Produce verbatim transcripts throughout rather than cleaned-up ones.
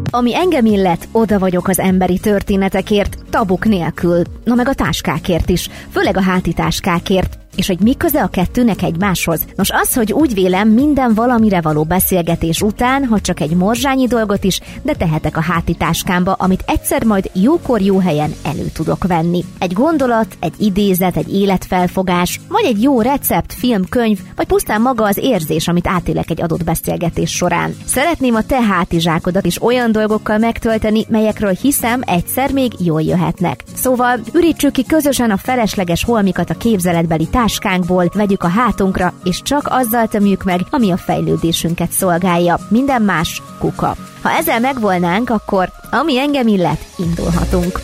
Ami engem illet, oda vagyok az emberi történetekért, tabuk nélkül, na meg a táskákért is, főleg a hátitáskákért. És hogy mi köze a kettőnek egymáshoz? Nos, az, hogy úgy vélem, minden valamire való beszélgetés után, ha csak egy morzsányi dolgot is, de tehetek a hátitáskámba, amit egyszer majd jókor jó helyen elő tudok venni. Egy gondolat, egy idézet, egy életfelfogás, vagy egy jó recept, film, könyv, vagy pusztán maga az érzés, amit átélek egy adott beszélgetés során. Szeretném a te hátizsákodat is olyan dolgokkal megtölteni, melyekről hiszem egyszer még jól jöhetnek. Szóval ürítsük ki közösen a felesleges holmikat a képzeletbeli táskánkból, vegyük a hátunkra, és csak azzal tömjük meg, ami a fejlődésünket szolgálja. Minden más kuka. Ha ezzel megvolnánk, akkor ami engem illet, indulhatunk.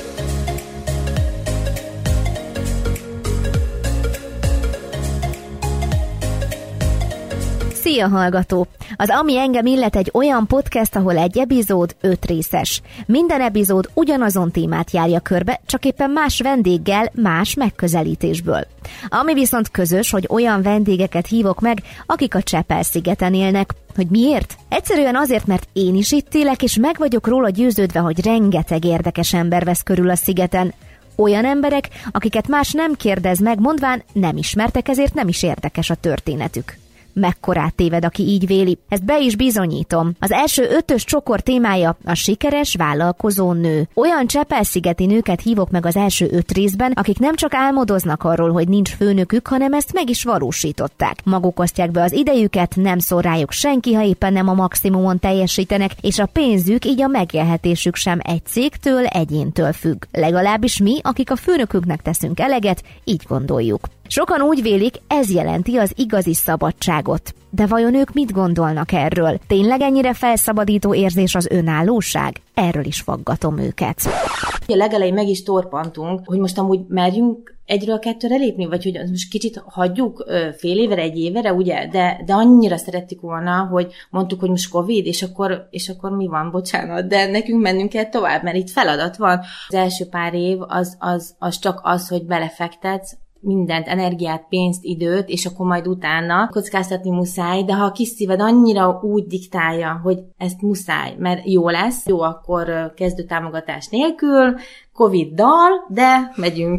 Szia, hallgató! Az Ami engem illet egy olyan podcast, ahol egy epizód öt részes. Minden epizód ugyanazon témát járja körbe, csak éppen más vendéggel, más megközelítésből. Ami viszont közös, hogy olyan vendégeket hívok meg, akik a Csepel-szigeten élnek. Hogy miért? Egyszerűen azért, mert én is itt élek, és meg vagyok róla győződve, hogy rengeteg érdekes ember vesz körül a szigeten. Olyan emberek, akiket más nem kérdez meg, mondván nem ismertek, ezért nem is érdekes a történetük. Mekkorát téved, aki így véli. Ezt be is bizonyítom. Az első ötös csokor témája a sikeres vállalkozó nő. Olyan Csepel-szigeti nőket hívok meg az első öt részben, akik nem csak álmodoznak arról, hogy nincs főnökük, hanem ezt meg is valósították. Maguk osztják be az idejüket, nem szól rájuk senki, ha éppen nem a maximumon teljesítenek, és a pénzük, így a megélhetésük sem egy cégtől, egyéntől függ. Legalábbis mi, akik a főnökünknek teszünk eleget, így gondoljuk. Sokan úgy vélik, ez jelenti az igazi szabadságot. De vajon ők mit gondolnak erről? Tényleg ennyire felszabadító érzés az önállóság? Erről is faggatom őket. A legelején meg is torpantunk, hogy most amúgy merjünk egyről kettőre lépni, vagy hogy most kicsit hagyjuk fél évre, egy évre, ugye? De, de annyira szerettük volna, hogy mondtuk, hogy most Covid, és akkor, és akkor mi van, bocsánat, de nekünk mennünk kell tovább, mert itt feladat van. Az első pár év az, az, az csak az, hogy belefektetsz, mindent, energiát, pénzt, időt, és akkor majd utána kockáztatni muszáj, de ha a kis szíved annyira úgy diktálja, hogy ezt muszáj, mert jó lesz, jó, akkor kezdőtámogatás nélkül, Covid-dal, de megyünk.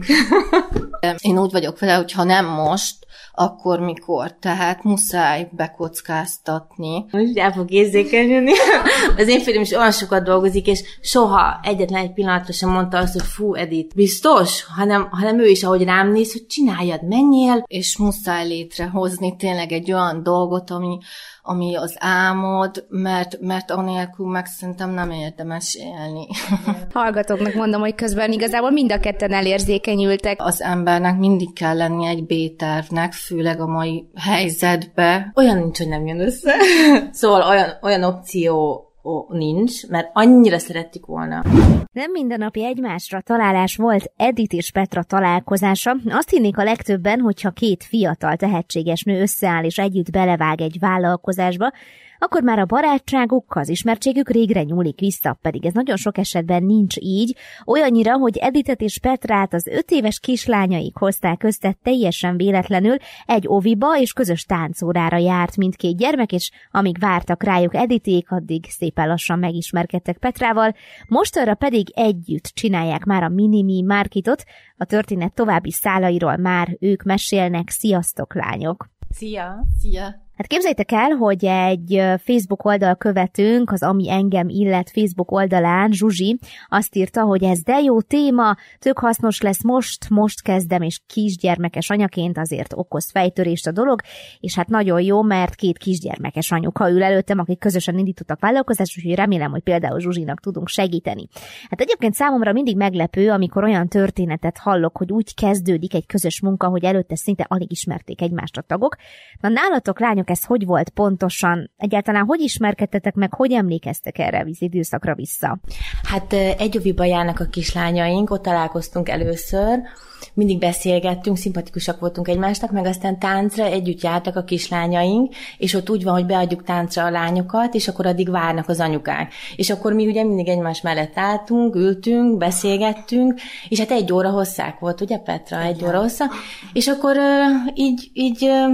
Én úgy vagyok vele, hogy ha nem most, akkor mikor? Tehát muszáj bekockáztatni. Most el fog érzékenyülni. Az én férjem is olyan sokat dolgozik, és soha egyetlen egy pillanatra sem mondta azt, hogy fú, Edith, biztos? Hanem, hanem ő is, ahogy rám néz, hogy csináljad, menjél. És muszáj létrehozni tényleg egy olyan dolgot, ami, ami az álmod, mert, mert anélkül meg szerintem nem érdemes élni. Hallgatóknak mondom, hogy közben igazából mind a ketten elérzékenyültek. Az embernek mindig kell lenni egy B-tervnek, főleg a mai helyzetbe. Olyan nincs, hogy nem jön össze. Szóval olyan, olyan opció nincs, mert annyira szerettük volna. Nem mindennapi egymásra találás volt Edith és Petra találkozása. Azt hinnék a legtöbben, hogyha két fiatal, tehetséges nő összeáll és együtt belevág egy vállalkozásba, akkor már a barátságuk, az ismertségük régre nyúlik vissza, pedig ez nagyon sok esetben nincs így, olyannyira, hogy Edithet és Petrát az öt éves kislányaik hozták össze teljesen véletlenül, egy oviba és közös táncórára járt mindkét gyermek, és amíg vártak rájuk Editék, addig szépen lassan megismerkedtek Petrával, mostanra pedig együtt csinálják már a Minimi Marketot, a történet további szálairól már ők mesélnek. Sziasztok, lányok! Szia! Szia! Hát képzeljétek el, hogy egy Facebook oldal követőnk, az Ami engem illet Facebook oldalán, Zsuzsi azt írta, hogy ez de jó téma, tök hasznos lesz most, most kezdem, és kisgyermekes anyaként azért okoz fejtörést a dolog, és hát nagyon jó, mert két kisgyermekes anyuka ül előttem, akik közösen indítottak vállalkozást, úgyhogy remélem, hogy például Zsuzsinak tudunk segíteni. Hát egyébként számomra mindig meglepő, amikor olyan történetet hallok, hogy úgy kezdődik egy közös munka, hogy előtte szinte alig ismerték egymást a tagok. Na nálatok, lányok, ez hogy volt pontosan? Egyáltalán hogy ismerkedtetek meg, hogy emlékeztek erre az időszakra vissza? Hát egy oviba járnak a kislányaink, ott találkoztunk először, mindig beszélgettünk, szimpatikusak voltunk egymásnak, meg aztán táncra együtt jártak a kislányaink, és ott úgy van, hogy beadjuk táncra a lányokat, és akkor addig várnak az anyukák. És akkor mi ugye mindig egymás mellett álltunk, ültünk, beszélgettünk, és hát egy óra hosszák volt, ugye Petra? Egy óra hossza. És akkor így, így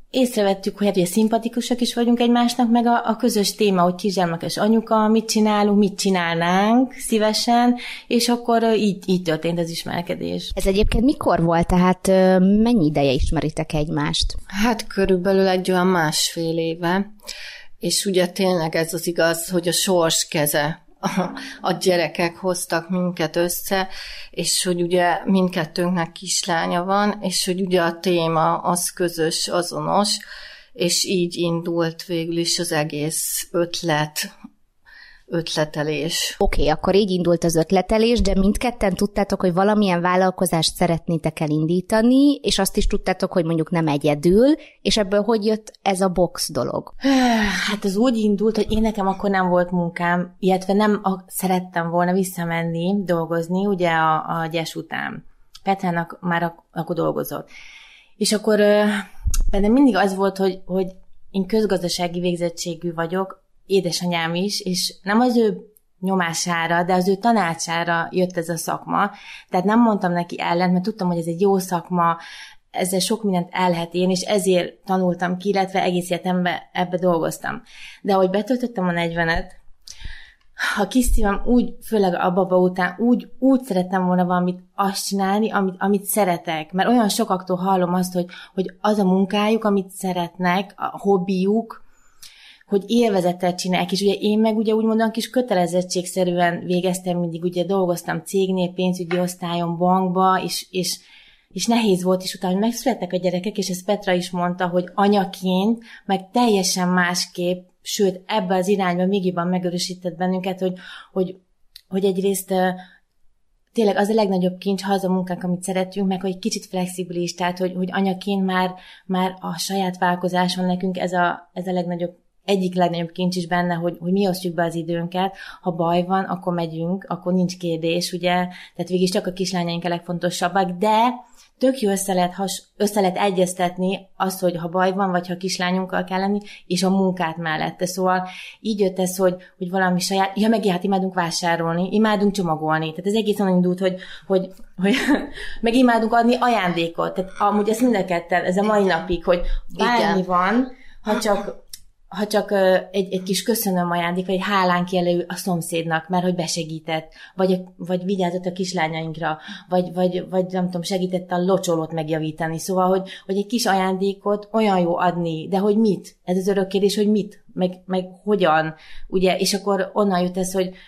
észrevettük, hogy hát ugye szimpatikusak is vagyunk egymásnak, meg a, a közös téma, hogy kisgyermekes anyuka, mit csinálunk, mit csinálnánk szívesen, és akkor így, így történt az ismerkedés. Ez egyébként mikor volt? Tehát mennyi ideje ismeritek egymást? Hát körülbelül egy olyan másfél éve, és ugye tényleg ez az igaz, hogy a sors keze, a gyerekek hoztak minket össze, és hogy ugye mindkettőnknek kislánya van, és hogy ugye a téma az közös, azonos, és így indult végül is az egész ötlet, ötletelés. Oké, okay, akkor így indult az ötletelés, de mindketten tudtátok, hogy valamilyen vállalkozást szeretnétek elindítani, és azt is tudtátok, hogy mondjuk nem egyedül, és ebből hogy jött ez a box dolog? Hát az úgy indult, hogy én nekem akkor nem volt munkám, illetve nem a, szerettem volna visszamenni, dolgozni, ugye a, a gyes után. Petrának már ak- akkor dolgozott. És akkor bennem mindig az volt, hogy, hogy én közgazdasági végzettségű vagyok, édesanyám is, és nem az ő nyomására, de az ő tanácsára jött ez a szakma. Tehát nem mondtam neki ellent, mert tudtam, hogy ez egy jó szakma, ezzel sok mindent el lehet érni, és ezért tanultam ki, illetve egész életemben ebbe dolgoztam. De ahogy betöltöttem a negyvenet, a kis szívem úgy, főleg a baba után, úgy, úgy szerettem volna valamit azt csinálni, amit, amit szeretek. Mert olyan sokaktól hallom azt, hogy, hogy az a munkájuk, amit szeretnek, a hobbiuk, hogy élvezettel csinálják, és ugye én meg ugye úgymond kis kötelezettségszerűen végeztem, mindig ugye dolgoztam cégnél, pénzügyi osztályon, bankba, és, és, és nehéz volt, és utána megszülettek a gyerekek, és ezt Petra is mondta, hogy anyaként, meg teljesen másképp, sőt, ebbe az irányba még jobban megerősített bennünket, hogy, hogy, hogy egyrészt tényleg az a legnagyobb kincs, ha az a munkánk, amit szeretünk, meg hogy kicsit flexibilis, tehát hogy, hogy anyaként már, már a saját vállalkozáson nekünk ez a, ez a legnagyobb egyik legnagyobb kincs is benne, hogy, hogy mi osztjuk be az időnket, ha baj van, akkor megyünk, akkor nincs kérdés, ugye, tehát végig csak a kislányaink a legfontosabbak, de tök jó össze lehet, has, össze lehet egyeztetni azt, hogy ha baj van, vagy ha kislányunkkal kell lenni, és a munkát mellette. Szóval így jött ez, hogy, hogy valami saját, ja meg hát imádunk vásárolni, imádunk csomagolni, tehát ez egész onnan indult, hogy, hogy, hogy meg imádunk adni ajándékot, tehát amúgy ezt mind a ketten, ez a mai napig, hogy bármi van, ha csak ha csak egy, egy kis köszönöm ajándék, vagy egy hálánk jelő a szomszédnak, mert hogy besegített, vagy, vagy vigyázott a kislányainkra, vagy, vagy, vagy nem tudom, segített a locsolót megjavítani. Szóval, hogy, hogy egy kis ajándékot olyan jó adni, de hogy mit? Ez az örök kérdés, hogy mit? Meg, meg hogyan? Ugye? És akkor onnan jött ez, hogy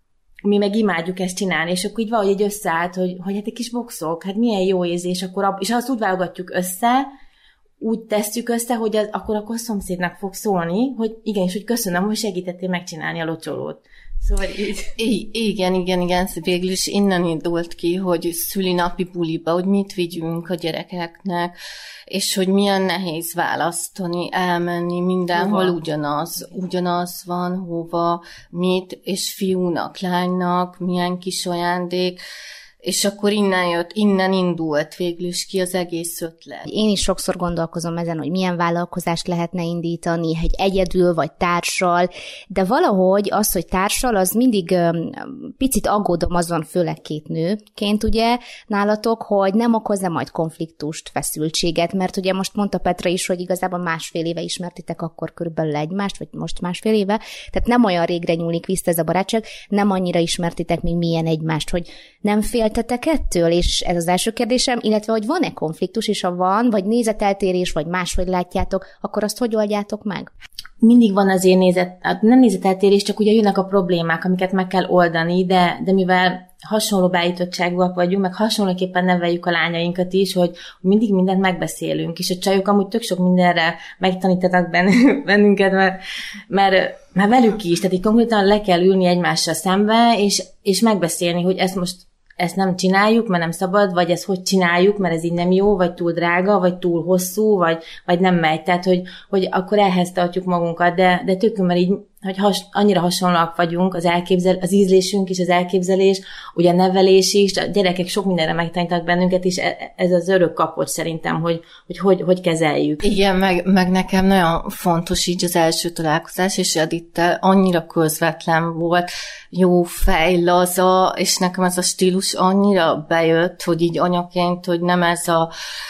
mi meg imádjuk ezt csinálni, és akkor így valahogy egy összeállt, hogy, hogy hát egy kis boxok, hát milyen jó érzés, akkor ab, és azt úgy válogatjuk össze, úgy tesszük össze, hogy az, akkor, akkor a szomszédnak fog szólni, hogy igenis, hogy köszönöm, hogy segítettél megcsinálni a locsolót. Szóval így. I- igen, igen, igen, végül is innen indult ki, hogy szülinapi buliba, hogy mit vigyünk a gyerekeknek, és hogy milyen nehéz választani, elmenni, mindenhol hova? ugyanaz, ugyanaz van, hova, mit, és fiúnak, lánynak, milyen kis ajándék, és akkor innen jött, innen indult végül is ki az egész ötlet. Én is sokszor gondolkozom ezen, hogy milyen vállalkozást lehetne indítani, hogy egyedül vagy társal, de valahogy az, hogy társal, az mindig um, picit aggódom azon, főleg két nőként ugye nálatok, hogy nem okoz-e majd konfliktust, feszültséget, mert ugye most mondta Petra is, hogy igazából másfél éve ismertitek akkor körülbelül egymást, vagy most másfél éve, tehát nem olyan régre nyúlik vissza ez a barátság, nem annyira ismertitek még milyen egymást, hogy nem féltetek ettől, és ez az első kérdésem, illetve hogy van-e konfliktus, és ha van, vagy nézeteltérés, vagy máshogy látjátok, akkor azt hogy oldjátok meg? Mindig van azért nézet, nem nézeteltérés, csak ugye jönnek a problémák, amiket meg kell oldani, de, de mivel hasonló beállítottságúak vagyunk, meg hasonlóképpen neveljük a lányainkat is, hogy mindig mindent megbeszélünk, és a csajok amúgy tök sok mindenre megtanítanak bennünket, mert, mert, mert velük is, tehát így konkrétan le kell ülni egymással szembe, és, és megbeszélni, hogy ezt most ezt nem csináljuk, mert nem szabad, vagy ezt hogy csináljuk, mert ez így nem jó, vagy túl drága, vagy túl hosszú, vagy, vagy nem megy. Tehát, hogy, hogy akkor ehhez tartjuk magunkat, de, de tök, mert így, hogy has, annyira hasonlóak vagyunk, az, elképzel, az ízlésünk is, az elképzelés, ugye a nevelés is, a gyerekek sok mindenre megtanítanak bennünket, és ez az örök kapocs szerintem, hogy hogy, hogy, hogy kezeljük. Igen, meg, meg nekem nagyon fontos így az első találkozás, és Edittel annyira közvetlen volt, jó fej, laza, és nekem ez a stílus annyira bejött, hogy így anyaként, hogy nem ez a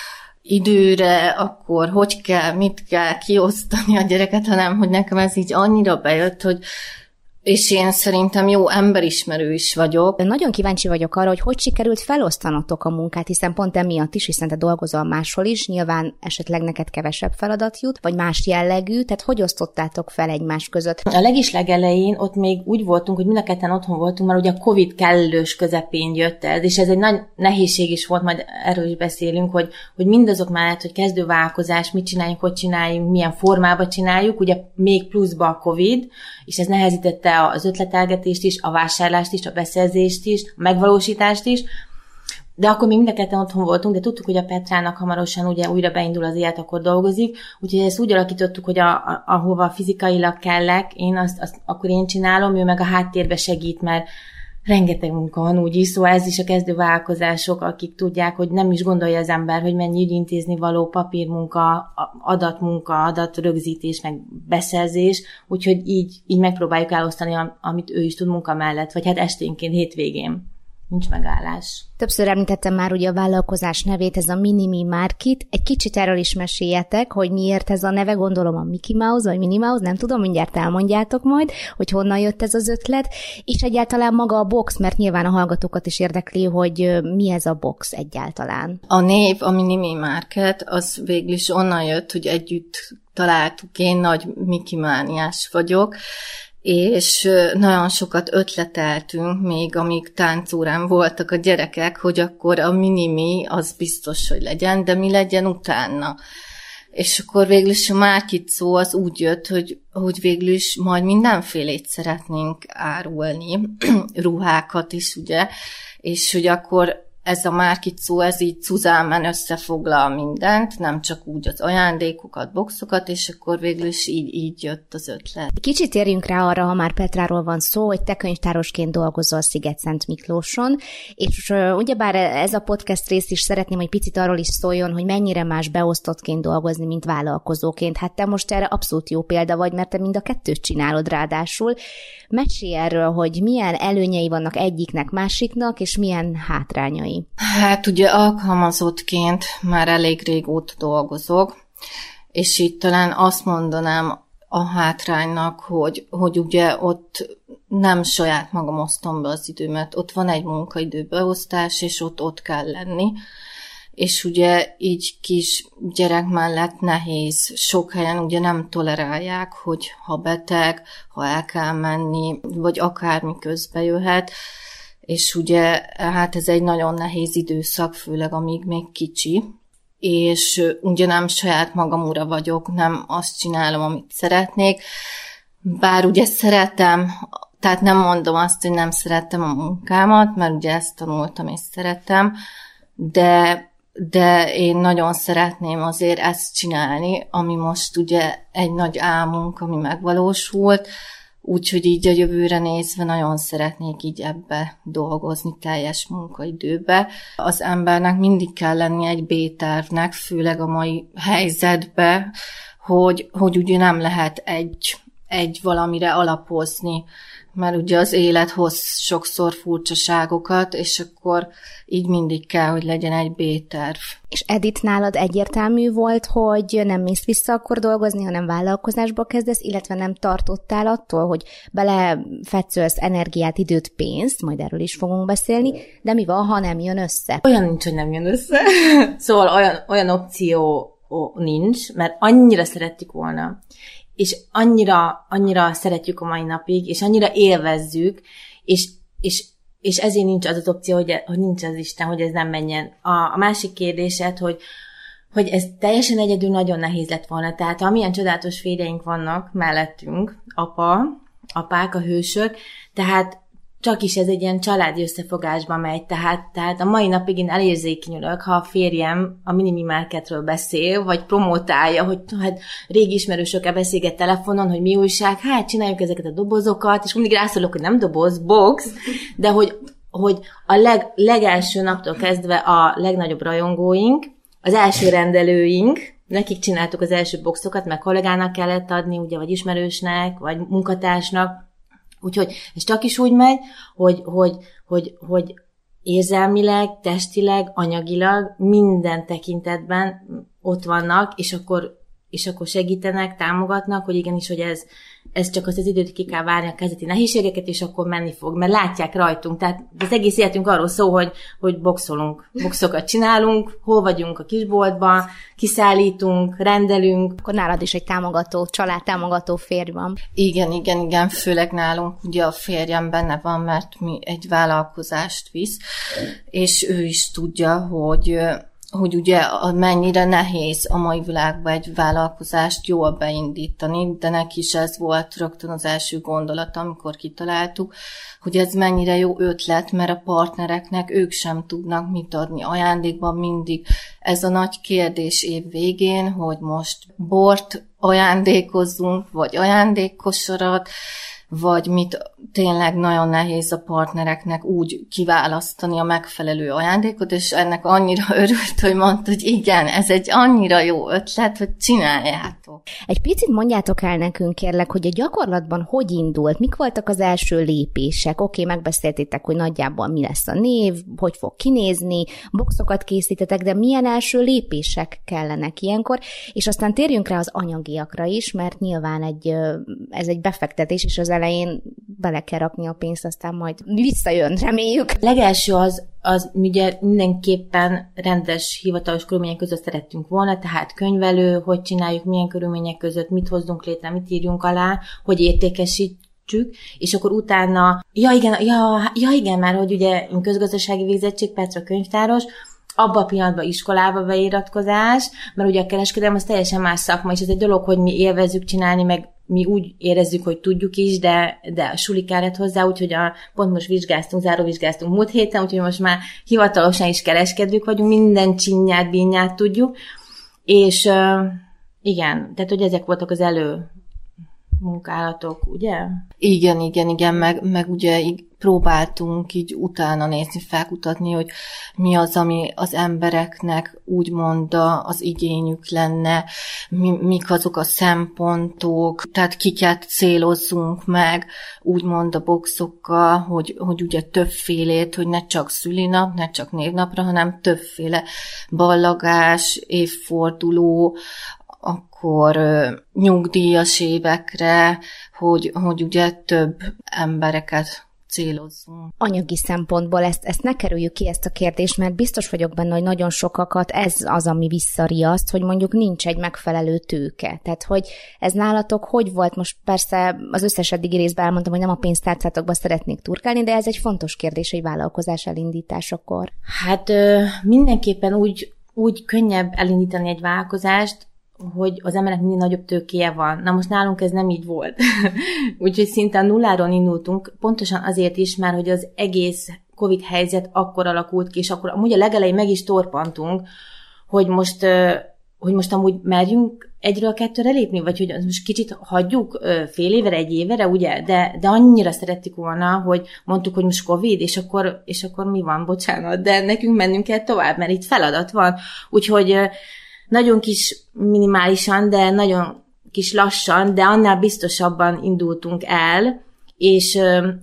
időre, akkor hogy kell, mit kell kiosztani a gyereket, hanem hogy nekem ez így annyira bejött, hogy és én szerintem jó emberismerő is vagyok. Nagyon kíváncsi vagyok arra, hogy hogy sikerült felosztanotok a munkát, hiszen pont emiatt is, hiszen te dolgozol máshol is, nyilván esetleg neked kevesebb feladat jut, vagy más jellegű, tehát hogy osztottátok fel egymás között? A legislegelején ott még úgy voltunk, hogy mind a ketten otthon voltunk, mert ugye a Covid kellős közepén jött ez, és ez egy nagy nehézség is volt, majd erről is beszélünk, hogy, hogy mindazok mellett, hogy kezdővállalkozás, mit csináljunk, hogy csináljunk, milyen formában csináljuk, ugye még pluszba a Covid, és ez nehezítette az ötletelgetést is, a vásárlást is, a beszerzést is, a megvalósítást is, de akkor még mind a ketten otthon voltunk, de tudtuk, hogy a Petrának hamarosan ugye újra beindul az élet, akkor dolgozik, úgyhogy ezt úgy alakítottuk, hogy a, a, ahova fizikailag kellek, én azt, azt akkor én csinálom, ő meg a háttérbe segít, mert rengeteg munka van úgyis, szóval ez is a kezdővállalkozások, akik tudják, hogy nem is gondolja az ember, hogy mennyi ügyintézni való papírmunka, adatmunka, adatrögzítés, meg beszerzés, úgyhogy így, így megpróbáljuk elosztani, amit ő is tud munka mellett, vagy hát esténként, hétvégén. Nincs megállás. Többször említettem már ugye a vállalkozás nevét, ez a Minimi Market. Egy kicsit erről is meséljetek, hogy miért ez a neve, gondolom a Mickey Mouse, vagy Minnie Mouse, nem tudom, mindjárt elmondjátok majd, hogy honnan jött ez az ötlet, és egyáltalán maga a box, mert nyilván a hallgatókat is érdekli, hogy mi ez a box egyáltalán. A név, a Minimi Market, az végül is onnan jött, hogy együtt találtuk, én nagy Mickey mániás vagyok, és nagyon sokat ötleteltünk még, amíg táncórán voltak a gyerekek, hogy akkor a minimi az biztos, hogy legyen, de mi legyen utána. És akkor végül is a Market szó az úgy jött, hogy, hogy végül is majd mindenfélét szeretnénk árulni, ruhákat is, ugye, és hogy akkor ez a Market szó, ez így Cuzámen összefoglal mindent, nem csak úgy az ajándékokat, boxokat, és akkor végül is így, így jött az ötlet. Kicsit térjünk rá arra, ha már Petráról van szó, hogy te könyvtárosként dolgozol Szigetszent Miklóson, és uh, ugyebár ez a podcast rész is szeretném, hogy picit arról is szóljon, hogy mennyire más beosztottként dolgozni, mint vállalkozóként. Hát te most erre abszolút jó példa vagy, mert te mind a kettőt csinálod ráadásul. Mesélj erről, hogy milyen előnyei vannak egyiknek, másiknak, és milyen hátrányai. Hát ugye alkalmazottként már elég régóta dolgozok, és itt talán azt mondanám a hátránynak, hogy, hogy ugye ott nem saját magam osztom be az időmet, ott van egy munkaidőbeosztás, és ott ott kell lenni, és ugye így kis gyerek mellett nehéz, sok helyen ugye nem tolerálják, hogy ha beteg, ha el kell menni, vagy akármi közbe jöhet, és ugye hát ez egy nagyon nehéz időszak, főleg amíg még kicsi, és ugye nem saját magam ura vagyok, nem azt csinálom, amit szeretnék, bár ugye szeretem, tehát nem mondom azt, hogy nem szeretem a munkámat, mert ugye ezt tanultam és szeretem, de, de én nagyon szeretném azért ezt csinálni, ami most ugye egy nagy álmunk, ami megvalósult, úgyhogy így a jövőre nézve nagyon szeretnék így ebbe dolgozni teljes munkaidőbe. Az embernek mindig kell lenni egy B-tervnek, főleg a mai helyzetbe, hogy, hogy ugye nem lehet egy, egy valamire alapozni, mert ugye az élet hoz sokszor furcsaságokat, és akkor így mindig kell, hogy legyen egy B-terv. És Edith, nálad egyértelmű volt, hogy nem mész vissza akkor dolgozni, hanem vállalkozásba kezdesz, illetve nem tartottál attól, hogy belefetszölsz energiát, időt, pénzt, majd erről is fogunk beszélni, de mi van, ha nem jön össze? Olyan nincs, hogy nem jön össze. Szóval olyan, olyan opció nincs, mert annyira szerettük volna, és annyira, annyira szeretjük a mai napig, és annyira élvezzük, és, és, és ezért nincs az az opció, hogy, hogy nincs az Isten, hogy ez nem menjen. A, a másik kérdésed, hogy, hogy ez teljesen egyedül nagyon nehéz lett volna. Tehát amilyen csodálatos férjeink vannak mellettünk, apa, apák, a hősök, tehát csak is ez egy ilyen családi összefogásba megy, tehát, tehát a mai napig én elérzékenyülök, ha a férjem a Minimi Marketről beszél, vagy promotálja, hogy hát régi ismerősökkel beszélget telefonon, hogy mi újság, hát csináljuk ezeket a dobozokat, és mindig rászólok, hogy nem doboz, box, de hogy, hogy a leg, legelső naptól kezdve a legnagyobb rajongóink, az első rendelőink, nekik csináltuk az első boxokat, meg kollégának kellett adni, ugye, vagy ismerősnek, vagy munkatársnak. Úgyhogy ez csak is úgy megy, hogy, hogy, hogy, hogy érzelmileg, testileg, anyagilag, minden tekintetben ott vannak, és akkor, és akkor segítenek, támogatnak, hogy igenis, hogy ez, ez csak az az időt ki kell várni a kezdeti nehézségeket, és akkor menni fog, mert látják rajtunk. Tehát az egész életünk arról szól, hogy, hogy boxolunk, boxokat csinálunk, hol vagyunk a kisboltban, kiszállítunk, rendelünk. Akkor nálad is egy támogató, család támogató férj van. Igen, igen, igen, főleg nálunk ugye a férjem benne van, mert mi egy vállalkozást visz, és ő is tudja, hogy hogy ugye mennyire nehéz a mai világban egy vállalkozást jól beindítani, de neki is ez volt rögtön az első gondolat, amikor kitaláltuk, hogy ez mennyire jó ötlet, mert a partnereknek ők sem tudnak mit adni ajándékban mindig. Ez a nagy kérdés év végén, hogy most bort ajándékozzunk, vagy ajándékkosarat, vagy mit tényleg nagyon nehéz a partnereknek úgy kiválasztani a megfelelő ajándékot, és ennek annyira örült, hogy mondta, hogy igen, ez egy annyira jó ötlet, hogy csináljátok. Egy picit mondjátok el nekünk, kérlek, hogy a gyakorlatban hogy indult, mik voltak az első lépések? Oké, megbeszéltétek, hogy nagyjából mi lesz a név, hogy fog kinézni, boxokat készítetek, de milyen első lépések kellenek ilyenkor, és aztán térjünk rá az anyagiakra is, mert nyilván egy, ez egy befektetés, és az elején bele kell rakni a pénzt, aztán majd visszajön, reméljük. Legelső az, az ugye mindenképpen rendes, hivatalos körülmények között szerettünk volna, tehát könyvelő, hogy csináljuk, milyen körülmények között, mit hozzunk létre, mit írjunk alá, hogy értékesítsük, és akkor utána, ja igen, ja, ja igen, már hogy ugye közgazdasági végzettség, Petra könyvtáros, abban a pillanatban iskolába beiratkozás, mert ugye a kereskedelem az teljesen más szakma, és ez egy dolog, hogy mi élvezzük csinálni, meg mi úgy érezzük, hogy tudjuk is, de, de a suli kellett hozzá, úgyhogy a, pont most vizsgáztunk, záróvizsgáztunk múlt héten, úgyhogy most már hivatalosan is kereskedők vagyunk, minden csinyát, bínyát tudjuk, és uh, igen, tehát hogy ezek voltak az elő munkálatok, ugye? Igen, igen, igen, meg, meg ugye így próbáltunk így utána nézni, felkutatni, hogy mi az, ami az embereknek úgymond az igényük lenne, mi, mik azok a szempontok, tehát kiket célozzunk meg, úgymond a boxokkal, hogy, hogy ugye többfélét, hogy ne csak szülinap, ne csak névnapra, hanem többféle ballagás, évforduló, akkor ö, nyugdíjas évekre, hogy, hogy ugye több embereket célozzunk. Anyagi szempontból ezt, ezt ne kerüljük ki, ezt a kérdést, mert biztos vagyok benne, hogy nagyon sokakat ez az, ami visszariaszt, hogy mondjuk nincs egy megfelelő tőke. Tehát, hogy ez nálatok hogy volt? Most persze az összes eddigi részben elmondtam, hogy nem a pénztárcátokba szeretnék turkálni, de ez egy fontos kérdés egy vállalkozás elindításakor. Hát ö, mindenképpen úgy, úgy könnyebb elindítani egy vállalkozást, hogy az embernek mindig nagyobb tőkéje van. Na most nálunk ez nem így volt. Úgyhogy szinte a nulláról indultunk, pontosan azért is, mert hogy az egész Covid helyzet akkor alakult ki, és akkor amúgy a legelején meg is torpantunk, hogy most, hogy most amúgy merjünk egyről kettőre lépni, vagy hogy most kicsit hagyjuk fél évre, egy évre, ugye? De, de annyira szerettük volna, hogy mondtuk, hogy most Covid, és akkor, és akkor mi van, bocsánat, de nekünk mennünk kell tovább, mert itt feladat van. Úgyhogy nagyon kis minimálisan, de nagyon kis lassan, de annál biztosabban indultunk el, és,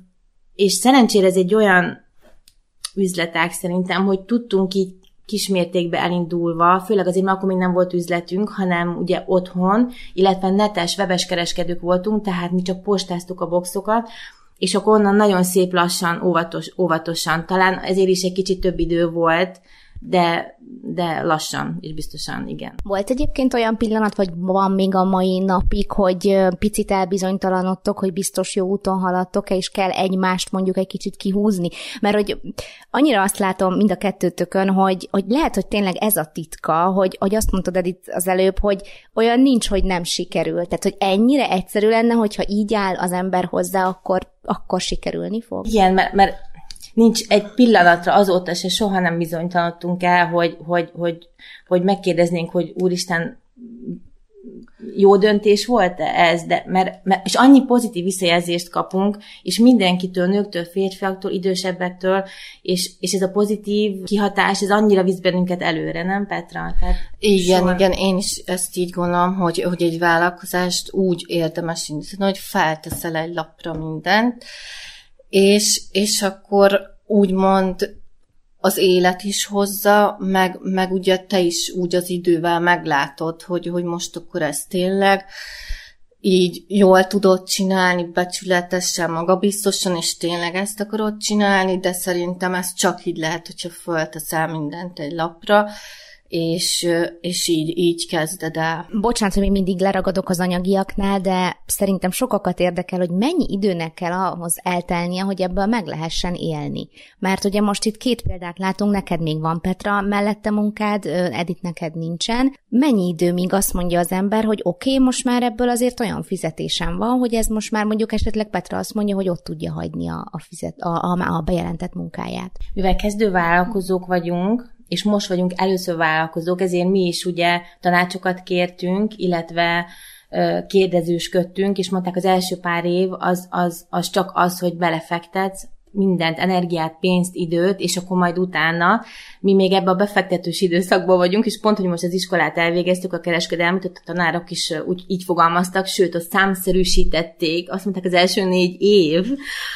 és szerencsére ez egy olyan üzletág szerintem, hogy tudtunk így kismértékben elindulva, főleg azért, mert akkor még nem volt üzletünk, hanem ugye otthon, illetve netes, webes kereskedők voltunk, tehát mi csak postáztuk a boxokat, és akkor onnan nagyon szép lassan, óvatos, óvatosan, talán ezért is egy kicsit több idő volt, de, de lassan, és biztosan, igen. Volt egyébként olyan pillanat, vagy van még a mai napig, hogy picit elbizonytalanodtok, hogy biztos jó úton haladtok-e, és kell egymást mondjuk egy kicsit kihúzni? Mert hogy annyira azt látom mind a kettőtökön, hogy, hogy lehet, hogy tényleg ez a titka, hogy, hogy azt mondtad, Edith, az előbb, hogy olyan nincs, hogy nem sikerül. Tehát, hogy ennyire egyszerű lenne, hogyha így áll az ember hozzá, akkor, akkor sikerülni fog. Igen, mert, mert nincs egy pillanatra, azóta se soha nem bizonytalanodtunk el, hogy, hogy, hogy, hogy megkérdeznénk, hogy úristen, jó döntés volt-e ez? De, mert, mert, és annyi pozitív visszajelzést kapunk, és mindenkitől, nőktől, férfiaktól, idősebbektől, és, és ez a pozitív kihatás, ez annyira visz bennünket előre, nem Petra? Tehát igen, soha... igen, én is ezt így gondolom, hogy, hogy egy vállalkozást úgy érdemes indítani, hogy felteszel egy lapra mindent, És, és akkor úgymond az élet is hozza, meg, meg ugye te is úgy az idővel meglátod, hogy, hogy most akkor ez tényleg így jól tudod csinálni, becsületesen, magabiztosan, és tényleg ezt akarod csinálni, de szerintem ez csak így lehet, hogyha fölteszel mindent egy lapra, és, és így, így kezded el. Bocsánat, hogy még mindig leragadok az anyagiaknál, de szerintem sokakat érdekel, hogy mennyi időnek kell ahhoz eltelnie, hogy ebből meg lehessen élni. Mert ugye most itt két példát látunk, neked még van, Petra, mellette munkád, Edith, neked nincsen. Mennyi idő, míg azt mondja az ember, hogy oké, okay, most már ebből azért olyan fizetésem van, hogy ez most már mondjuk esetleg Petra azt mondja, hogy ott tudja hagyni a, a, fizet, a, a, a bejelentett munkáját. Mivel kezdővállalkozók vagyunk, és most vagyunk először vállalkozók, ezért mi is ugye tanácsokat kértünk, illetve uh, kérdezősködtünk, és mondták, az első pár év az, az, az csak az, hogy belefektetsz mindent, energiát, pénzt, időt, és akkor majd utána mi még ebbe a befektetős időszakban vagyunk, és pont, hogy most az iskolát elvégeztük, a kereskedelmet, a tanárok is úgy így fogalmaztak, sőt, azt számszerűsítették, azt mondták, az első négy év,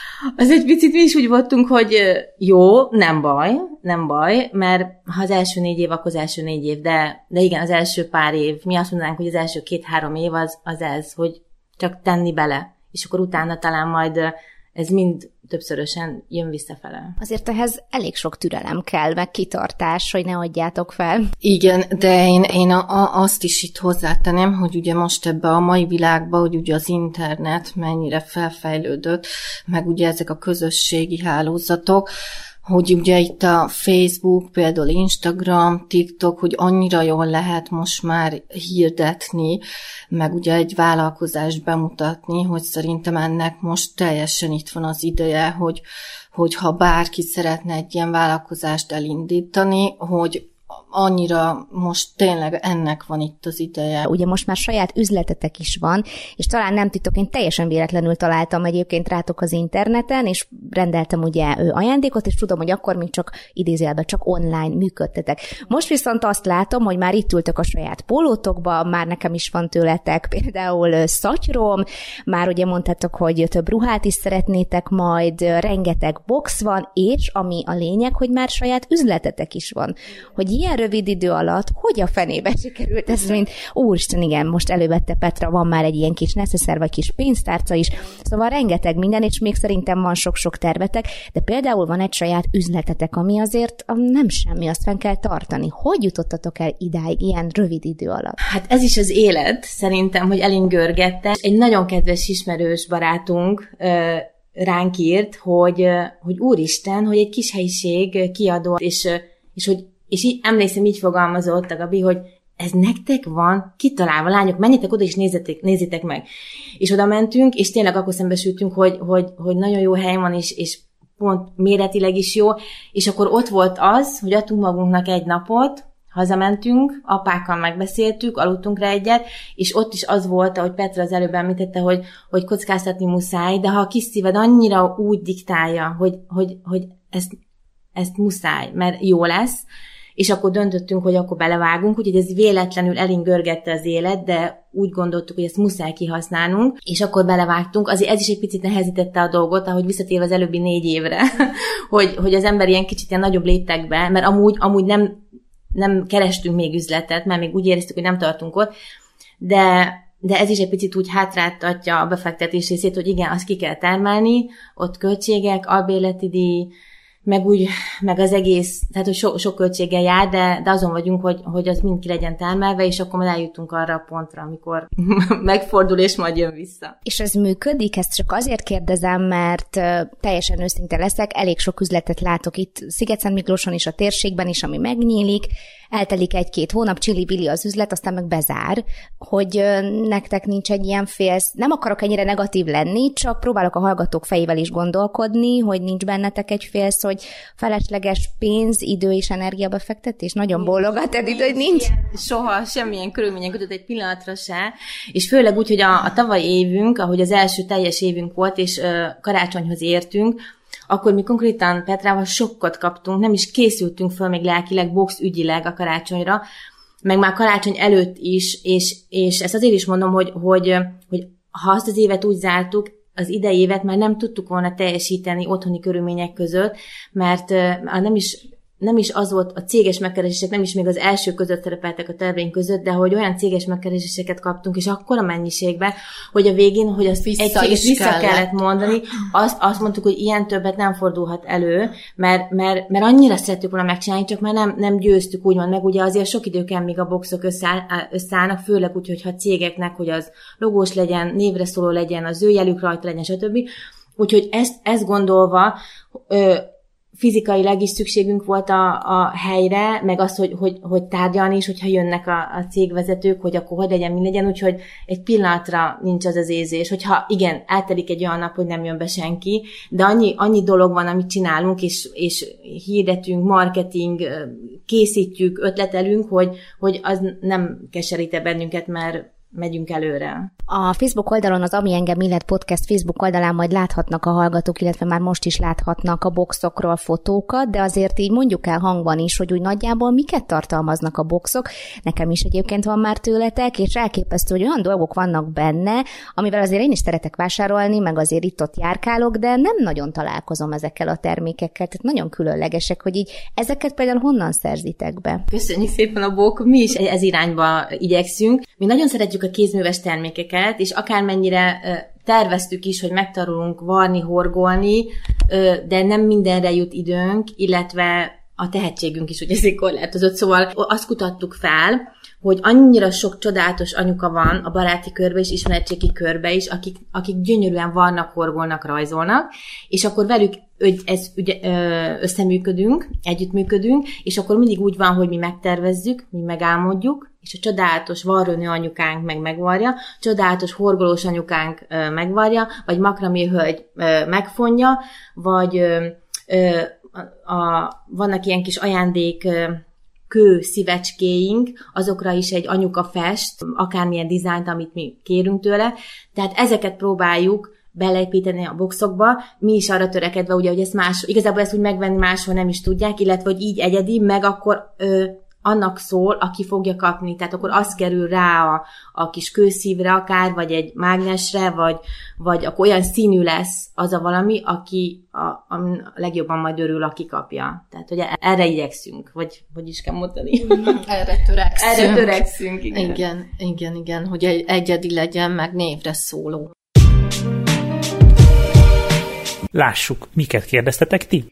az egy picit mi is úgy voltunk, hogy jó, nem baj, nem baj, mert ha az első négy év, akkor az első négy év, de, de igen, az első pár év, mi azt mondanánk, hogy az első két-három év az, az ez, hogy csak tenni bele, és akkor utána talán majd ez mind többszörösen jön visszafele. Azért ehhez elég sok türelem kell, meg kitartás, hogy ne adjátok fel. Igen, de én, én a, a, azt is itt hozzátenném, hogy ugye most ebbe a mai világban, hogy ugye az internet mennyire felfejlődött, meg ugye ezek a közösségi hálózatok, hogy ugye itt a Facebook, például Instagram, TikTok, hogy annyira jól lehet most már hirdetni, meg ugye egy vállalkozást bemutatni, hogy szerintem ennek most teljesen itt van az ideje, hogy, hogy ha bárki szeretne egy ilyen vállalkozást elindítani, hogy annyira most tényleg ennek van itt az ideje. Ugye most már saját üzletetek is van, és talán nem titok, én teljesen véletlenül találtam egyébként rátok az interneten, és rendeltem ugye ajándékot, és tudom, hogy akkor még csak idézőjelben csak online működtetek. Most viszont azt látom, hogy már itt ültök a saját pólótokba, már nekem is van tőletek például szatyrom, már ugye mondtátok, hogy több ruhát is szeretnétek majd, rengeteg box van, és ami a lényeg, hogy már saját üzletetek is van. Hogy ilyen rövid idő alatt, hogy a fenébe sikerült ez, mint úristen, igen, most elővette Petra, van már egy ilyen kis neszeszer, vagy kis pénztárca is, szóval rengeteg minden, és még szerintem van sok-sok tervetek, de például van egy saját üzletetek, ami azért nem semmi, azt fenn kell tartani. Hogy jutottatok el idáig ilyen rövid idő alatt? Hát ez is az élet, szerintem, hogy elingörgette. Egy nagyon kedves ismerős barátunk ránk írt, hogy, hogy úristen, hogy egy kis helyiség kiadó, és, és hogy és így emlékszem, így fogalmazott a Gabi, hogy ez nektek van kitalálva, lányok, menjetek oda és nézzetek, nézzétek meg. És oda mentünk, és tényleg akkor szembesültünk, hogy, hogy, hogy nagyon jó hely van, és, és pont méretileg is jó, és akkor ott volt az, hogy adtunk magunknak egy napot, hazamentünk, apákkal megbeszéltük, aludtunk rá egyet, és ott is az volt, ahogy Petra az előbb említette, hogy, hogy kockáztatni muszáj, de ha a kis szíved annyira úgy diktálja, hogy, hogy, hogy ezt, ezt muszáj, mert jó lesz, és akkor döntöttünk, hogy akkor belevágunk, úgyhogy ez véletlenül elingörgette az élet, de úgy gondoltuk, hogy ezt muszáj kihasználnunk, és akkor belevágtunk. Azért ez is egy picit nehezítette a dolgot, ahogy visszatérve az előbbi négy évre, hogy, hogy az ember ilyen kicsit ilyen nagyobb léptekbe, mert amúgy, amúgy nem, nem kerestünk még üzletet, mert még úgy éreztük, hogy nem tartunk ott, de, de ez is egy picit úgy hátráltatja a befektetés részét, hogy igen, azt ki kell termelni, ott költségek, albérleti díj, meg úgy, meg az egész, tehát hogy so, sok költséggel jár, de, de azon vagyunk, hogy, hogy az mind ki legyen termelve, és akkor majd eljutunk arra a pontra, amikor megfordul, és majd jön vissza. És ez működik? Ezt csak azért kérdezem, mert teljesen őszinte leszek, elég sok üzletet látok itt Sziget-Szentmiklóson is, a térségben is, ami megnyílik, eltelik egy-két hónap, csili-bili az üzlet, aztán meg bezár, hogy nektek nincs egy ilyen félsz. Nem akarok ennyire negatív lenni, csak próbálok a hallgatók fejével is gondolkodni, hogy nincs bennetek egy félsz, hogy felesleges pénz, idő és energiabefektetés. Nagyon bólogat, Edith, hogy nincs. Soha, semmilyen körülmények között egy pillanatra se, és főleg úgy, hogy a, a tavalyi évünk, ahogy az első teljes évünk volt, és uh, karácsonyhoz értünk, akkor mi konkrétan Petrával sokkot kaptunk, nem is készültünk föl még lelkileg, box ügyileg a karácsonyra, meg már karácsony előtt is, és, és ezt azért is mondom, hogy, hogy, hogy ha azt az évet úgy zártuk, az idei évet már nem tudtuk volna teljesíteni otthoni körülmények között, mert uh, nem is nem is az volt, a céges megkeresések nem is még az első között szerepeltek a terveink között, de hogy olyan céges megkereséseket kaptunk, és akkora mennyiségben, hogy a végén, hogy azt vissza egy céget vissza kellett. kellett mondani, azt, azt mondtuk, hogy ilyen többet nem fordulhat elő, mert, mert, mert annyira szerettük volna megcsinálni, csak már nem, nem győztük úgymond meg, ugye azért sok idő kell, míg a boxok összeáll, összeállnak, főleg úgy, hogyha cégeknek, hogy az logós legyen, névre szóló legyen, az ő jelük rajta legyen, stb. Úgyhogy ezt, ezt gondolva, ö, fizikailag is szükségünk volt a, a helyre, meg az, hogy, hogy, hogy tárgyalni is, hogyha jönnek a, a cégvezetők, hogy akkor hogy legyen, mi legyen, úgyhogy egy pillanatra nincs az az érzés, hogyha igen, eltelik egy olyan nap, hogy nem jön be senki, de annyi, annyi dolog van, amit csinálunk, és, és hirdetünk, marketing, készítjük, ötletelünk, hogy, hogy az nem keserít bennünket, mert megyünk előre. A Facebook oldalon, az Ami Engem Illet Podcast Facebook oldalán majd láthatnak a hallgatók, illetve már most is láthatnak a boxokról fotókat, de azért így mondjuk el hangban is, hogy úgy nagyjából miket tartalmaznak a boxok. Nekem is egyébként van már tőletek, és elképesztő, hogy olyan dolgok vannak benne, amivel azért én is szeretek vásárolni, meg azért itt-ott járkálok, de nem nagyon találkozom ezekkel a termékekkel, tehát nagyon különlegesek, hogy így ezeket például honnan szerzitek be? Köszönjük szépen a bók, mi is ez irányba igyekszünk. Mi nagyon szeretjük a kézműves termékeket, és akármennyire terveztük is, hogy megtanulunk varni, horgolni, de nem mindenre jut időnk, illetve a tehetségünk is, hogy ezért korlátozott. Szóval azt kutattuk fel, hogy annyira sok csodálatos anyuka van a baráti körbe és ismeretségi körbe is, akik, akik gyönyörűen varnak, horgolnak, rajzolnak, és akkor velük ez, ugye, összeműködünk, együttműködünk, és akkor mindig úgy van, hogy mi megtervezzük, mi megálmodjuk, és a csodálatos varrónő anyukánk meg megvarja, csodálatos horgolós anyukánk megvarja, vagy makramé hölgy megfonja, vagy a, a, vannak ilyen kis ajándék kő szívecskéink, azokra is egy anyuka fest, akármilyen dizájnt, amit mi kérünk tőle. Tehát ezeket próbáljuk beleépíteni a boxokba, mi is arra törekedve, ugye, hogy ezt más, igazából ezt úgy megvenni máshol nem is tudják, illetve hogy így egyedi, meg akkor ö, annak szól, aki fogja kapni. Tehát akkor az kerül rá a, a kis kőszívre akár, vagy egy mágnesre, vagy, vagy akkor olyan színű lesz az a valami, aki a, a legjobban majd örül, aki kapja. Tehát, hogy erre igyekszünk, vagy hogy is kell mondani. Erre törekszünk. Erre törekszünk, igen. Igen, igen, igen, hogy egy egyedi legyen, meg névre szóló. Lássuk, miket kérdeztetek ti?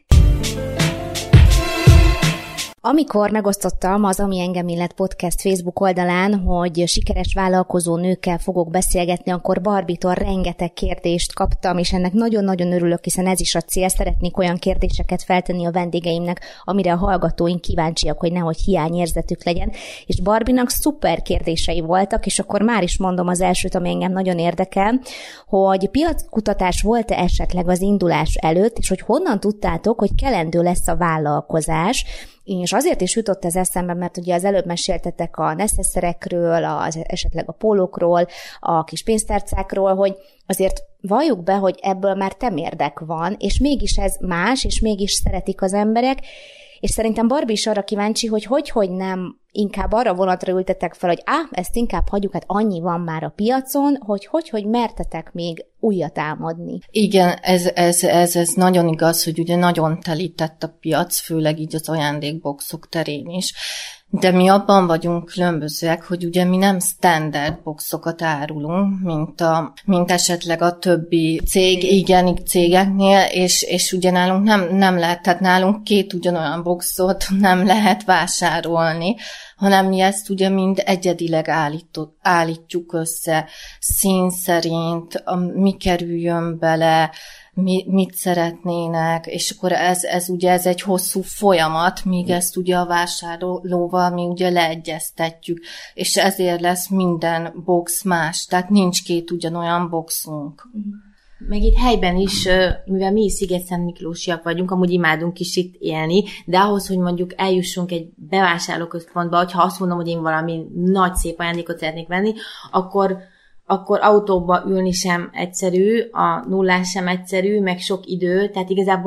Amikor megosztottam az Ami Engem Illet Podcast Facebook oldalán, hogy sikeres vállalkozó nőkkel fogok beszélgetni, akkor Barbitól rengeteg kérdést kaptam, és ennek nagyon-nagyon örülök, hiszen ez is a cél. Szeretnék olyan kérdéseket feltenni a vendégeimnek, amire a hallgatóink kíváncsiak, hogy nehogy hiányérzetük legyen. És Barbinak szuper kérdései voltak, és akkor már is mondom az elsőt, ami engem nagyon érdekel, hogy piackutatás volt-e esetleg az indulás előtt, és hogy honnan tudtátok, hogy kelendő lesz a vállalkozás. És azért is jutott ez eszembe, mert ugye az előbb meséltetek a neszteszerekről, az, esetleg a pólókról, a kis pénztárcákról, hogy azért valljuk be, hogy ebből már temérdek van, és mégis ez más, és mégis szeretik az emberek, és szerintem Barbie is arra kíváncsi, hogy hogy-hogy nem inkább arra vonatra ültetek fel, hogy á, ezt inkább hagyjuk, hát annyi van már a piacon, hogy hogy-hogy mertetek még újat álmodni. Igen, ez, ez, ez, ez nagyon igaz, hogy ugye nagyon telített a piac, főleg így az ajándékboxok terén is. De mi abban vagyunk különbözőek, hogy ugye mi nem standard boxokat árulunk, mint, a, mint esetleg a többi cég, igen, cégeknél, és, és ugye nálunk nem, nem lehet, tehát nálunk két ugyanolyan boxot nem lehet vásárolni, hanem mi ezt ugye mind egyedileg állított, állítjuk össze, szín szerint, a, mi kerüljön bele, Mi, mit szeretnének, és akkor ez, ez ugye ez egy hosszú folyamat, míg ezt ugye a vásárlóval mi ugye leegyeztetjük, és ezért lesz minden box más, tehát nincs két ugyanolyan boxunk. Meg itt helyben is, mivel mi is Sziget-Szent Miklósiak vagyunk, amúgy imádunk is itt élni, de ahhoz, hogy mondjuk eljussunk egy bevásárlóközpontba, hogyha azt mondom, hogy én valami nagy szép ajándékot szeretnék venni, akkor akkor autóba ülni sem egyszerű, a nullás sem egyszerű, meg sok idő, tehát igazából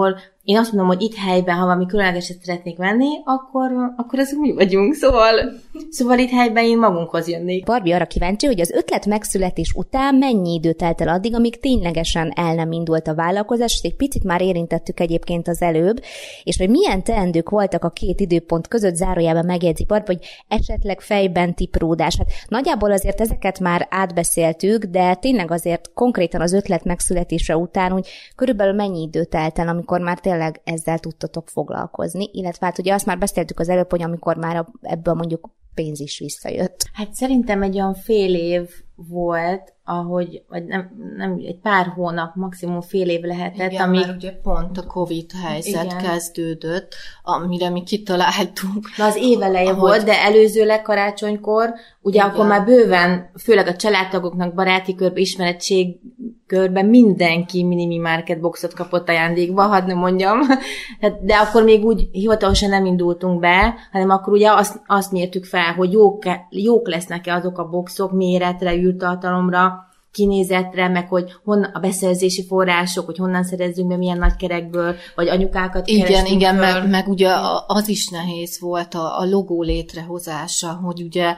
én azt mondom, hogy itt helyben, ha valami különlegeset szeretnék venni, akkor, akkor azok mi vagyunk. Szóval, szóval itt helyben én magunkhoz jönnék. Barbie arra kíváncsi, hogy az ötlet megszületés után mennyi idő telt el addig, amíg ténylegesen el nem indult a vállalkozás, és egy picit már érintettük egyébként az előbb, és hogy milyen teendők voltak a két időpont között, zárójában megjegyzi Barbie, hogy esetleg fejben tipródás. Hát nagyjából azért ezeket már átbeszéltük, de tényleg azért konkrétan az ötlet megszületése után, hogy körülbelül mennyi idő telt el, amikor már tényleg ezzel tudtatok foglalkozni, illetve hát ugye azt már beszéltük az előbb, hogy amikor már ebből mondjuk pénz is visszajött. Hát szerintem egy olyan fél év volt, ahogy, vagy nem, nem, egy pár hónap, maximum fél év lehetett. Igen, amíg... mert ugye pont a Covid helyzet igen. kezdődött, amire mi kitaláltunk. Na az év eleje ahogy... volt, de előzőleg karácsonykor, ugye igen. akkor már bőven, főleg a családtagoknak, baráti körbe, ismeretség körben mindenki minimi market boxot kapott ajándékba, hadd nem mondjam. De akkor még úgy hivatalosan nem indultunk be, hanem akkor ugye azt, azt mértük fel, hogy jók, jók lesznek-e azok a boxok méretre, űrtartalomra, kinézetre, meg hogy honnan, a beszerzési források, hogy honnan szerezzünk be, milyen nagy kerekből, vagy anyukákat igen, igen, meg, meg ugye az is nehéz volt a, a logó létrehozása, hogy ugye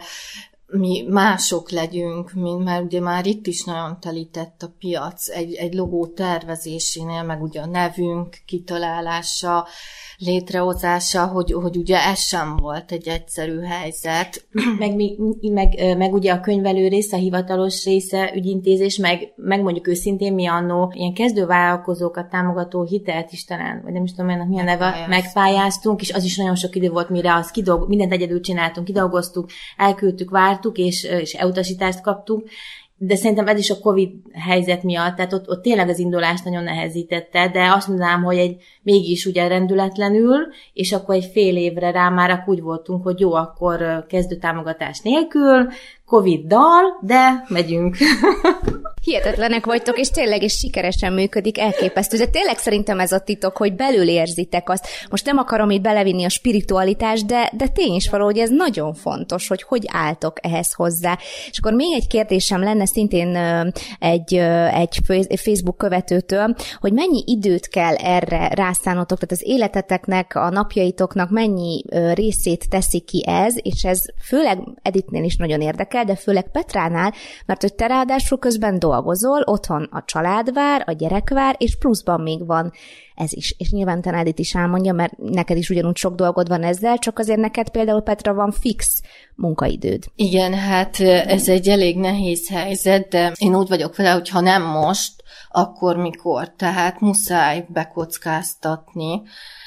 mi mások legyünk, mint, mert ugye már itt is nagyon telített a piac egy, egy logó tervezésénél, meg ugye a nevünk kitalálása, létrehozása, hogy, hogy ugye ez sem volt egy egyszerű helyzet. Meg, meg, meg ugye a könyvelő része, a hivatalos része, ügyintézés, meg, meg mondjuk őszintén mi annó ilyen kezdővállalkozókat támogató hitelt is talán, vagy nem is tudom, ennek mi a neve, megpályáztunk, és az is nagyon sok idő volt, mire azt kidolg, mindent egyedül csináltunk, kidolgoztuk, elküldtük, vártuk, és, és elutasítást kaptunk. De szerintem ez is a Covid helyzet miatt, tehát ott, ott tényleg az indulást nagyon nehezítette, de azt mondanám, hogy egy mégis ugye rendületlenül, és akkor egy fél évre rá már úgy voltunk, hogy jó, akkor kezdőtámogatás nélkül, Covid-dal, de megyünk. Hihetetlenek vagytok, és tényleg is sikeresen működik, elképesztő. De tényleg szerintem ez a titok, hogy belül érzitek azt. Most nem akarom itt belevinni a spiritualitást, de, de tény is valahogy ez nagyon fontos, hogy hogy álltok ehhez hozzá. És akkor még egy kérdésem lenne szintén egy, egy Facebook követőtől, hogy mennyi időt kell erre rászánotok, tehát az életeteknek, a napjaitoknak mennyi részét teszi ki ez, és ez főleg Editnél is nagyon érdekel, de főleg Petránál, mert hogy te ráadásul közben dolgozol, otthon a család vár, a gyerek vár, és pluszban még van ez is. És nyilván te Edit is elmondja, mert neked is ugyanúgy sok dolgod van ezzel, csak azért neked például, Petra, van fix munkaidőd. Igen, hát ez egy elég nehéz helyzet, de én úgy vagyok vele, hogy ha nem most, akkor mikor. Tehát muszáj bekockáztatni,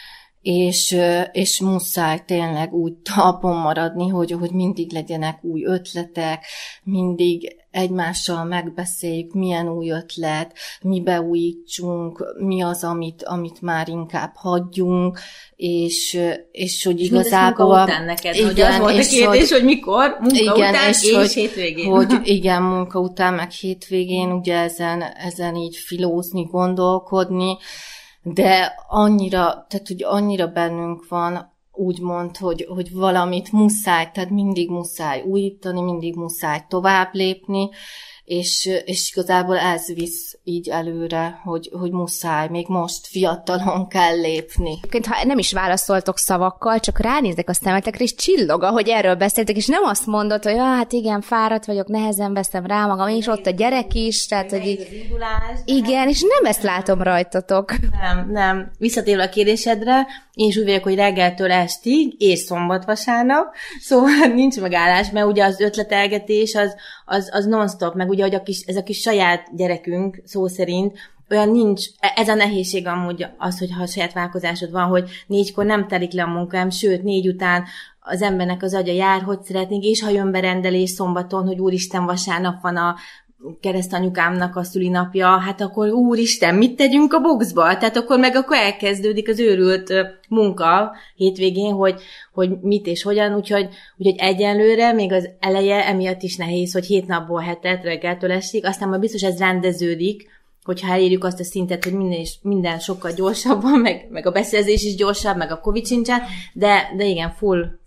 és, és muszáj tényleg úgy talpon maradni, hogy, hogy mindig legyenek új ötletek, mindig egymással megbeszéljük, milyen új ötlet, mi beújítsunk, mi az, amit, amit már inkább hagyjunk, és, és hogy és igazából... munka után neked, igen, hogy az volt a kérdés, hogy, hogy mikor, munka igen, után és, és hogy, hétvégén. Hogy igen, munka után, meg hétvégén, ugye ezen, ezen így filózni, gondolkodni, de annyira, tehát hogy annyira bennünk van, úgymond, hogy, hogy valamit muszáj, tehát mindig muszáj újítani, mindig muszáj tovább lépni, és, és igazából ez visz így előre, hogy, hogy muszáj, még most fiatalon kell lépni. Egyébként, ha nem is válaszoltok szavakkal, csak ránézek a szemetekre, és csillog, ahogy erről beszéltek, és nem azt mondod, hogy ah, hát igen, fáradt vagyok, nehezen veszem rá magam, és ott a gyerek is, tehát, hogy így... Igen, és nem ezt látom rajtatok. Nem, nem. Visszatérve a kérdésedre, én is úgy vagyok, hogy reggeltől estig, és szombat-vasárnap, szóval nincs megállás, mert ugye az ötletelgetés az, az, az non-stop, meg ugye, hogy a kis, ez a kis saját gyerekünk, szó szerint, olyan nincs, ez a nehézség amúgy az, hogy ha a saját vállalkozásod van, hogy négykor nem telik le a munkám, sőt, négy után az embernek az agya jár, hogy szeretnénk, és ha jön berendelés szombaton, hogy úristen, vasárnap van a keresztanyukámnak a szülinapja, hát akkor úristen, mit tegyünk a boxba? Tehát akkor meg akkor elkezdődik az őrült munka hétvégén, hogy, hogy mit és hogyan, úgyhogy, úgyhogy egyenlőre még az eleje emiatt is nehéz, hogy hét napból hetet reggeltől esik, aztán majd biztos ez rendeződik, hogyha elérjük azt a szintet, hogy minden, is, minden sokkal gyorsabban, meg, meg a beszerzés is gyorsabb, meg a Covid sincsen, de, de igen, full,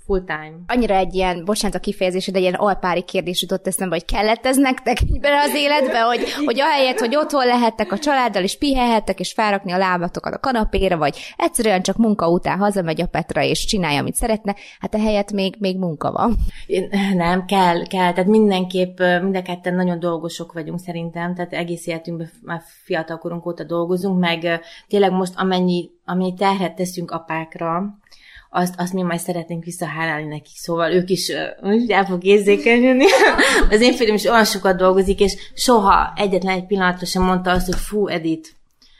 full time. Annyira egy ilyen, bocsánat a kifejezés, de ilyen alpári kérdés jutott eszembe, hogy kellett ez nektek így bele az életbe, hogy, hogy ahelyett, hogy otthon lehettek a családdal, és pihenhettek, és felrakni a lábatokat a kanapéra, vagy egyszerűen csak munka után hazamegy a Petra, és csinálja, amit szeretne, hát ehelyett még, még munka van. Én, nem, kell, kell, tehát mindenképp mind a ketten nagyon dolgosok vagyunk szerintem, tehát egész életünkben már fiatalkorunk óta dolgozunk, meg tényleg most amennyi, amennyi terhet teszünk apákra, azt, azt mi majd szeretnénk visszahálálni nekik, szóval ők is uh, el fog érzékenyülni. Az én férjem is olyan sokat dolgozik, és soha egyetlen egy pillanatra sem mondta azt, hogy fú, Edith,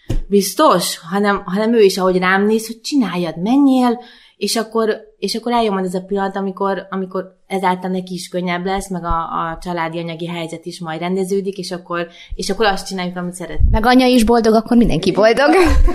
biztos? Hanem, hanem ő is, ahogy rám néz, hogy csináljad, menjél, és akkor, és akkor eljön majd ez a pillanat, amikor, amikor ezáltal neki is könnyebb lesz, meg a, a családi anyagi helyzet is majd rendeződik, és akkor, és akkor azt csináljuk, amit szeret. Meg anya is boldog, akkor mindenki boldog.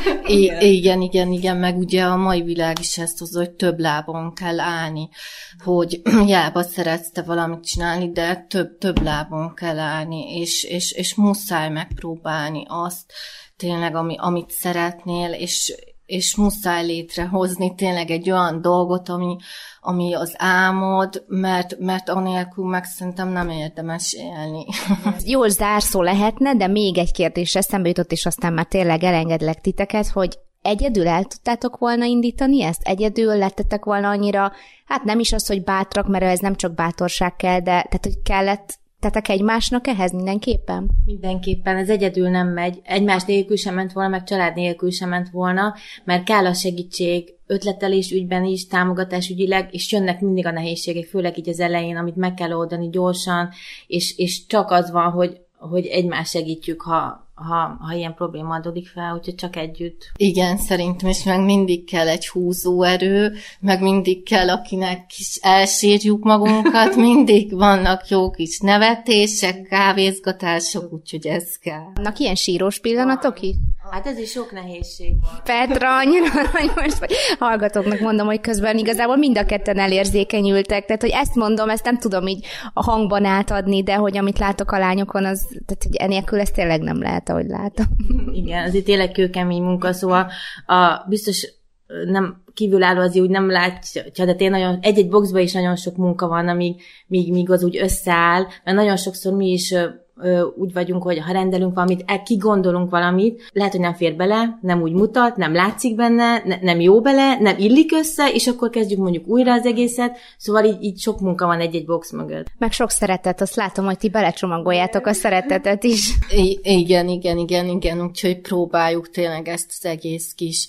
I- igen, igen, igen, meg ugye a mai világ is ezt hozza, hogy több lábon kell állni, hogy hiába szeretsz te valamit csinálni, de több, több lábon kell állni, és, és, és muszáj megpróbálni azt tényleg, ami, amit szeretnél, és és muszáj létrehozni tényleg egy olyan dolgot, ami, ami az álmod, mert, mert anélkül meg szerintem nem érdemes élni. Jól zárszó lehetne, de még egy kérdés eszembe jutott, és aztán már tényleg elengedlek titeket, hogy egyedül el tudtátok volna indítani ezt? Egyedül lettetek volna annyira, hát nem is az, hogy bátrak, mert ez nem csak bátorság kell, de tehát, hogy kellett tetek egymásnak ehhez mindenképpen? Mindenképpen, ez egyedül nem megy. Egymás nélkül sem ment volna, meg család nélkül sem ment volna, mert kell a segítség, ötletelés ügyben is, támogatás ügyileg, és jönnek mindig a nehézségek, főleg így az elején, amit meg kell oldani gyorsan, és, és csak az van, hogy, hogy egymást segítjük, ha, ha, ha ilyen probléma adódik fel, úgyhogy csak együtt. Igen, szerintem, és meg mindig kell egy húzóerő, meg mindig kell, akinek kis elsírjuk magunkat, mindig vannak jó kis nevetések, kávézgatások, úgyhogy ez kell. Vannak ilyen sírós pillanatok is? Hát ez is sok nehézség van. Petra, annyira aranyos vagy. Hallgatóknak mondom, hogy közben igazából mind a ketten elérzékenyültek, tehát hogy ezt mondom, ezt nem tudom így a hangban átadni, de hogy amit látok a lányokon, az, tehát hogy enélkül ezt tényleg nem lehet, ahogy látom. Igen, azért tényleg kőkemény munka, szóval a, biztos nem kívülálló az úgy nem látja, de tényleg nagyon, egy-egy boxban is nagyon sok munka van, amíg míg, míg az úgy összeáll, mert nagyon sokszor mi is úgy vagyunk, hogy ha rendelünk valamit, kigondolunk valamit, lehet, hogy nem fér bele, nem úgy mutat, nem látszik benne, ne, nem jó bele, nem illik össze, és akkor kezdjük mondjuk újra az egészet, szóval így, így sok munka van egy-egy box mögött. Meg sok szeretet, azt látom, hogy ti belecsomagoljátok a szeretetet is. I- igen, igen, igen, igen, úgyhogy próbáljuk tényleg ezt az egész kis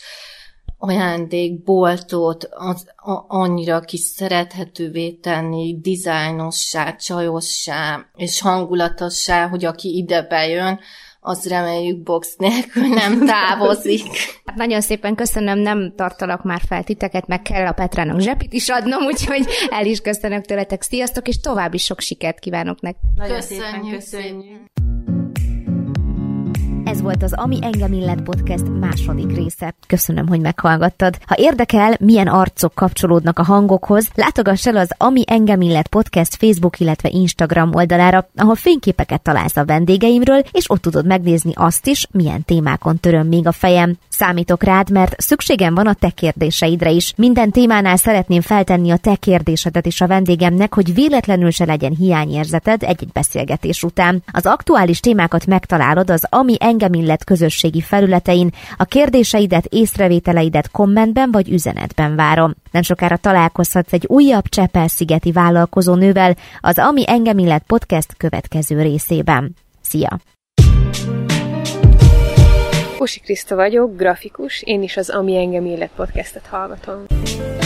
ajándékboltot az, a, annyira kis szerethetővé tenni, dizájnossá, csajossá és hangulatossá, hogy aki ide bejön, az reméljük box nélkül nem távozik. Hát nagyon szépen köszönöm, nem tartalak már fel titeket, meg kell a Petrának zsepit is adnom, úgyhogy el is köszönök tőletek. Sziasztok, és további sok sikert kívánok nektek. Nagyon Köszönjük, szépen köszönjük. Ez volt az Ami engem illet podcast második része. Köszönöm, hogy meghallgattad. Ha érdekel, milyen arcok kapcsolódnak a hangokhoz, látogass el az Ami engem illet podcast Facebook, illetve Instagram oldalára, ahol fényképeket találsz a vendégeimről, és ott tudod megnézni azt is, milyen témákon töröm még a fejem. Számítok rád, mert szükségem van a te kérdéseidre is. Minden témánál szeretném feltenni a te kérdésedet is a vendégemnek, hogy véletlenül se legyen hiányérzeted egy-egy beszélgetés után. Az aktuális témákat megtalálod az Ami engem illet közösségi felületein, a kérdéseidet, észrevételeidet kommentben vagy üzenetben várom. Nem sokára találkozhatsz egy újabb Csepel-szigeti vállalkozónővel az Ami engem illet podcast következő részében. Szia! Pusi Kriszta vagyok, grafikus, én is az Ami engem illet podcastet hallgatom.